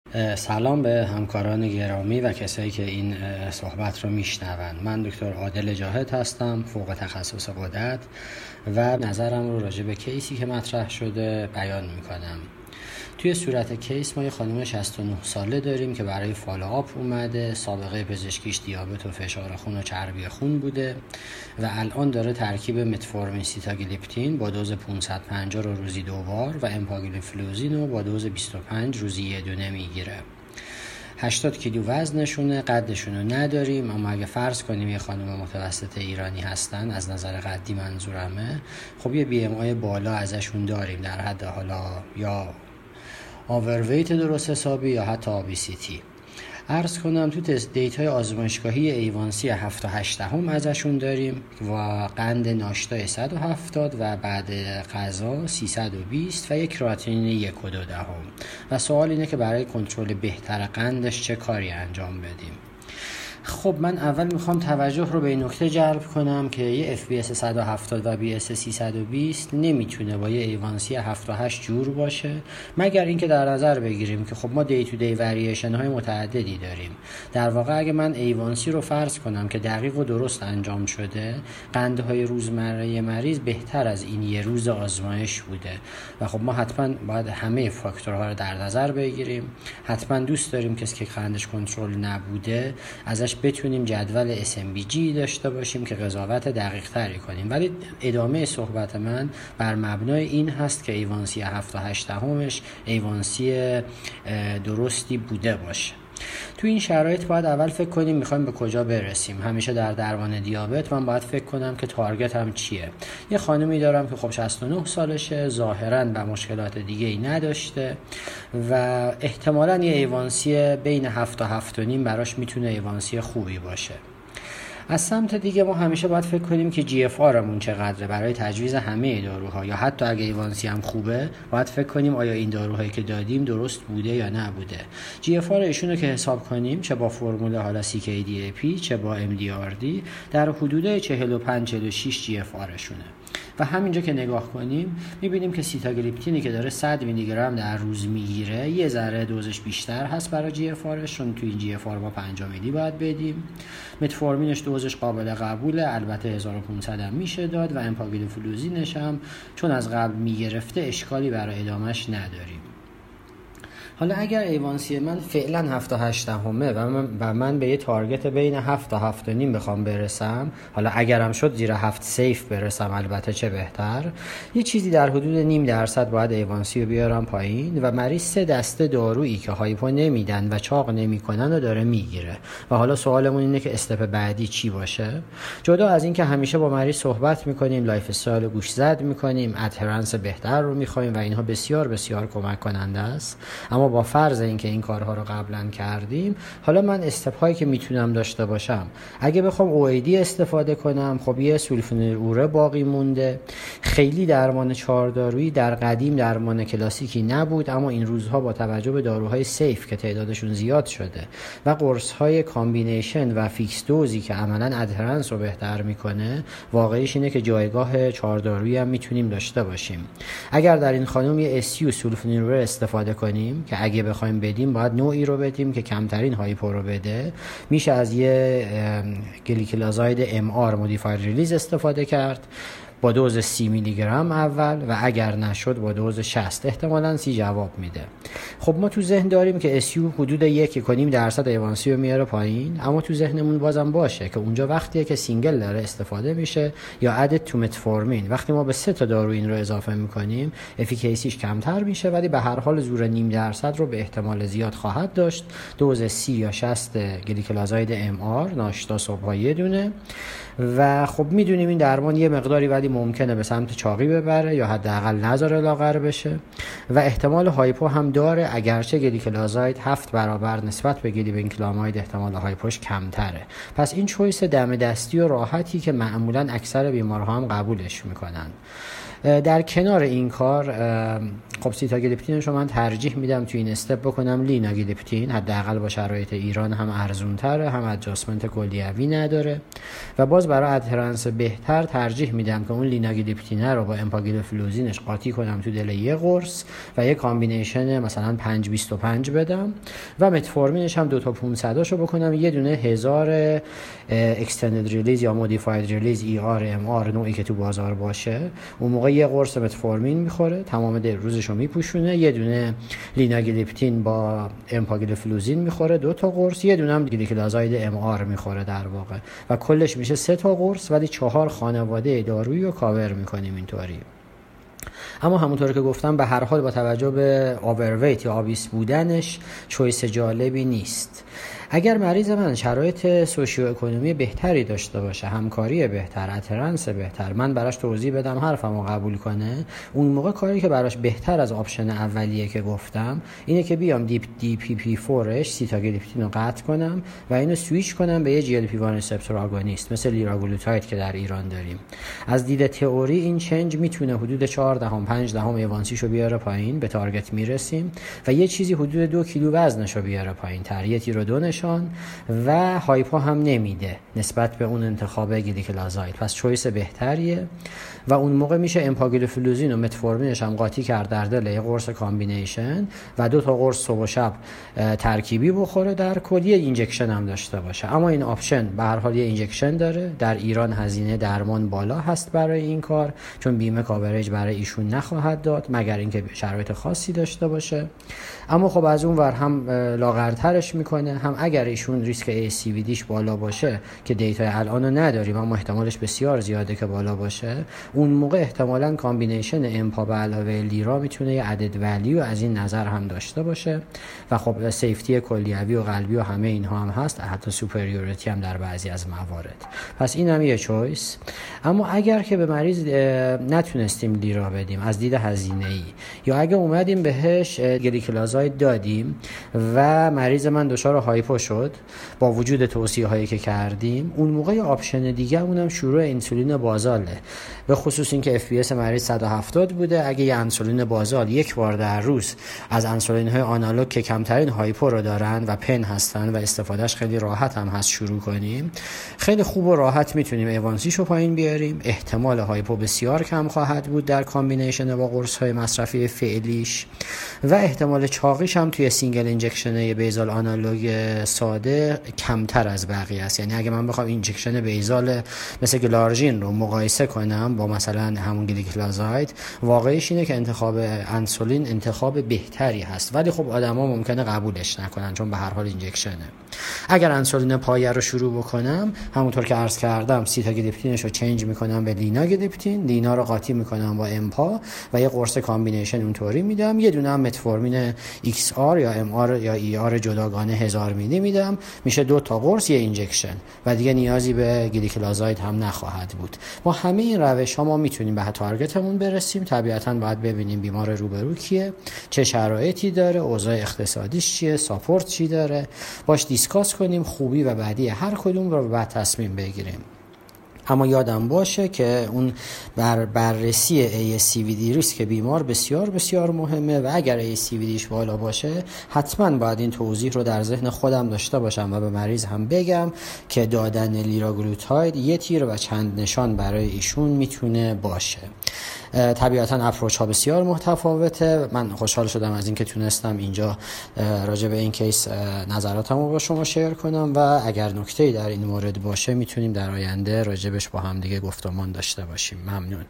سلام به همکاران گرامی و کسایی که این صحبت رو میشنوند. من دکتر عادل جاهد هستم، فوق تخصص غدد، و نظرم رو راجع به کیسی که مطرح شده بیان میکنم. توی صورت کیس ما یه خانم 69 ساله داریم که برای فالوآپ اومده. سابقه پزشکیش دیابت و فشار خون و چربی خون بوده و الان داره ترکیب متفورمین سیتاگلیپتین با دوز 550 رو روزی 2 بار و امپاگلیفلوزین رو با دوز 25 روزی 1 دونه میگیره. 80 کیلو وزنشونه، قدشونو نداریم، اما اگه فرض کنیم یه خانم متوسط ایرانی هستن، از نظر قدی منظورمه، خب یه بی ام آی بالا ازشون داریم، در حد حالا یا آورویت درست حسابی یا حتی obesity. عرض کنم تو دیتای آزمایشگاهی ایوانسی 7.8 ازشون داریم و قند ناشتای 170 و بعد غذا 320 و یک کراتینین 1.2 و سوال اینه که برای کنترل بهتر قندش چه کاری انجام بدیم. خب من اول میخوام توجه رو به این نکته جلب کنم که یه FBS 170 و BS 320 نمیتونه با یه ایوانسی 7.8 جور باشه، مگر اینکه در نظر بگیریم که خب ما دی تو دی وریشن های متعددی داریم. در واقع اگه من ایوانسی رو فرض کنم که دقیق و درست انجام شده، قندهای روزمره مریض بهتر از این یه روز آزمایش بوده و خب ما حتما باید همه فاکتورها رو در نظر بگیریم. حتما دوست داریم کسی که قندش کنترل نبوده ازش بتونیم جدول SMBG داشته باشیم که قضاوت دقیق تری کنیم. ولی ادامه صحبت من بر مبنای این هست که ایوانسی 7.8 ایوانسی درستی بوده باشه. تو این شرایط باید اول فکر کنیم میخوایم به کجا برسیم. همیشه در درمان دیابت من باید فکر کنم که تارگت هم چیه. یه خانمی دارم که خب 69 سالشه، ظاهراً و مشکلات دیگه ای نداشته و احتمالاً یه ایوانسی بین 7 تا 7.5 براش میتونه ایوانسی خوبی باشه. از سمت دیگه ما همیشه باید فکر کنیم که GFR همون چقدره برای تجویز همه داروها، یا حتی اگه ایوانسی هم خوبه باید فکر کنیم آیا این داروهایی که دادیم درست بوده یا نبوده. GFR ایشونو که حساب کنیم، چه با فرمول حالا CKDAP چه با MDRD، در حدود 45-46 GFR شونه. و همینجا که نگاه کنیم میبینیم که سیتاگلیپتینی که داره 100 میلی گرم در روز میگیره یه ذره دوزش بیشتر هست برای GFRش، چون تو این GFR ما 50 میلی باید بدیم. متفورمینش دوزش قابل قبوله، البته 1500 هم میشه داد و امپاگلیفلوزینش هم چون از قبل میگرفته اشکالی برای ادامش نداریم. حالا اگر ایوانسی من فعلا 7.8 و من به یه تارگت بین 7 تا 7.5 بخوام برسم، حالا اگرم شد زیر 7 سیف برسم البته چه بهتر، یه چیزی در حدود 0.5% باید ایوانسی رو بیارم پایین و مریض 3 دسته دارویی که هایپو نمیدن و چاق نمیکنن رو داره میگیره. و حالا سوالمون اینه که استپ بعدی چی باشه؟ جدا از این که همیشه با مریض صحبت میکنیم، لایف استایل گوش زد میکنیم، ادهرنس بهتر رو میخوایم و اینها بسیار بسیار کمک کننده است، اما با فرض اینکه این کارها رو قبلا کردیم، حالا من استپ هایی که میتونم داشته باشم، اگه بخوام OAD استفاده کنم، خب یه سولفونیلوره باقی مونده. خیلی درمان 4 دارویی در قدیم درمان کلاسیکی نبود، اما این روزها با توجه به داروهای سیف که تعدادشون زیاد شده و قرص های کامبینیشن و فیکس دوزی که عملاً ادهرنس رو بهتر میکنه، واقعیش اینه که جایگاه 4 دارویی هم میتونیم داشته باشیم. اگر در این خانم یه SU سولفونیلوره استفاده کنیم که اگه بخوایم بدیم باید نوعی رو بدیم که کمترین هایپو رو بده، میشه از یه گلیکلازاید MR مودیفاید ریلیز استفاده کرد با دوز 30 میلی گرم اول و اگر نشد با دوز 60، احتمالاً 30 جواب میده. خب ما تو ذهن داریم که اسیو حدود 1.5% ایوانسی رو میاره پایین، اما تو ذهنمون بازم باشه که اونجا وقتیه که سینگل داره استفاده میشه یا ادد تو متفورمین. وقتی ما به 3 تا دارو این رو اضافه میکنیم افیکیسیش کمتر میشه، ولی به هر حال زور 0.5% رو به احتمال زیاد خواهد داشت. دوز 30 یا 60 گلیکلازاید MR ناشتا صبح یه دونه و خب میدونیم این درمان یه مقداری ولی ممکنه به سمت چاقی ببره یا حداقل نذاره لاغر بشه و احتمال هایپو هم داره، اگرچه گلیکلازاید 7 برابر نسبت به گلیبنکلاماید احتمال هایپوش کمتره. پس این چویس دم دستی و راحتی که معمولا اکثر بیمارها هم قبولش میکنن. در کنار این کار خب سیتاگلیپتینش رو من ترجیح میدم توی این استپ بکنم لیناگلیپتین، حداقل با شرایط ایران هم ارزون‌تره، هم ادجاستمنت کلیوی نداره و باز برای ادهرنس بهتر ترجیح میدم که اون لیناگلیپتین رو با امپاگلیفلوزینش قاطی کنم تو دل یه قرص و یه کامبینیشن مثلا 5-25 بدم و متفورمینش هم 2 تا 500 رو بکنم، یه دونه 1000 اکستندد ریلیز یا مودیفاید ریلیز ER/MR نوعی که تو بازار باشه، اون موقع یه قرص متفورمین میخوره، تمام دل روزشو میپوشونه، یه دونه لیناگلیپتین با امپاگلیفلوزین میخوره 2 تا قرص، یه دونه هم گلیکلازاید MR میخوره در واقع و کلش میشه 3 تا قرص، ولی 4 خانواده دارویی رو کاور میکنیم اینطوری. اما همونطور که گفتم به هر حال با توجه به آورویت یا آبیس بودنش چویس جالبی نیست. اگر مریض من شرایط سوشیو اکونومی بهتری داشته باشه، همکاری بهتر، ادهرنس بهتر، من براش توضیح بدم حرفمو قبول کنه، اون موقع کاری که براش بهتر از آپشن اولیه که گفتم اینه که بیام DPP4 سیتاگلیپتین رو قطع کنم و اینو سویچ کنم به یه GLP-1 ریسپتور آگونیست مثل لیراگلوتاید که در ایران داریم. از دید تئوری این چنج میتونه حدود 4-5 ایوانسیشو بیاره پایین، به تارگت میرسیم و یه چیزی حدود 2 کیلو وزنشو بیاره پایین تر، یه تیر و 2 نشان و هایپو هم نمیده نسبت به اون انتخاب گلیکلازاید، پس چویس بهتریه و اون موقع میشه امپاگلیفلوزین و متفورمینش هم قاطی کرد در دل یه قرص کامبینیشن و 2 تا قرص صبح و شب ترکیبی بخوره، در کل یه اینجکشن هم داشته باشه. اما این آپشن به هر حال یه اینجکشن داره، در ایران هزینه درمان بالا هست برای این کار چون بیمه کاورج برای ایشون نخواهد داد مگر اینکه شرایط خاصی داشته باشه. اما خب از اون ور هم لاغرترش میکنه، هم اگر ایشون ریسک ACVDش بالا باشه که دیتای الانو نداریم اما احتمالش بسیار زیاده که بالا باشه، اون موقع احتمالاً کامبینیشن امپا به علاوه لیرا میتونه یه ادد ولیو از این نظر هم داشته باشه و خب سیفتی کلیوی و قلبی و همه اینها هم هست، حتی سوپریوریتی هم در بعضی از موارد. پس این هم یه چویس. اما اگر که به مریض نتونستیم لیرا بدیم از دید هزینه‌ای یا اگه اومدیم بهش گلیکلازاید دادیم و مریض من دچار هایپو شد با وجود توصیه هایی که کردیم، اون موقع آپشن دیگه اونم شروع انسولین بازاله، به خصوص اینکه FPS مریض 170 بوده. اگه یه انسولین بازال یک بار در روز از انسولین های آنالوگ که کمترین هایپو رو دارن و پن هستن و استفادهش خیلی راحت هم هست شروع کنیم، خیلی خوب و راحت میتونیم ایوانسیشو پایین بیاریم، احتمال هایپو بسیار کم خواهد بود در کامبینیشن با قرص های مصرفی فعلیش و احتمال چاقیش هم توی سینگل اینجکشن بیزال آنالوگ ساده کمتر از بقیه است. یعنی اگه من بخوام اینجکشن بیزال مثل گلارژین رو مقایسه کنم با مثلا همون گلیکلازاید، واقعیش اینه که انتخاب انسولین انتخاب بهتری هست، ولی خب آدما ممکنه قبولش نکنن چون به هر حال اینجکشنه. اگر انسولین پایه رو شروع بکنم، همونطور که عرض کردم سیتاگلیپتینش رو چنج میکنم به لیناگلیپتین، لینا رو قاطی میکنم با امپا و یه قرص کامبینیشن اونطوری میدم، یه دونه هم متفورمین XR یا MR یا ER جداگانه 1000 میلی میدم، میشه 2 تا قرص یه اینجکشن و دیگه نیازی به گلیکلازاید هم نخواهد بود. با همه این روش‌ها ما میتونیم به تارگتمون برسیم. طبیعتاً باید ببینیم بیمار روبرو کیه، چه شرایطی داره، اوضاع اقتصادیش چیه، ساپورت چی داره، باش دیسکاس کنیم خوبی و بعدی هر کدوم رو بعد تصمیم بگیریم. اما یادم باشه که اون بررسی ASCVD ریسک بیمار بسیار بسیار مهمه و اگر ASCVDش بالا باشه حتما باید این توضیح رو در ذهن خودم داشته باشم و به مریض هم بگم که دادن لیراگلوتاید یه تیر و چند نشان برای ایشون میتونه باشه. طبیعتا اپروچ ها بسیار متفاوته. من خوشحال شدم از اینکه تونستم اینجا راجع به این کیس نظراتمو با شما شیر کنم و اگر نکته‌ای در این مورد باشه میتونیم در آینده راجع بهش با هم دیگه گفتمان داشته باشیم. ممنون.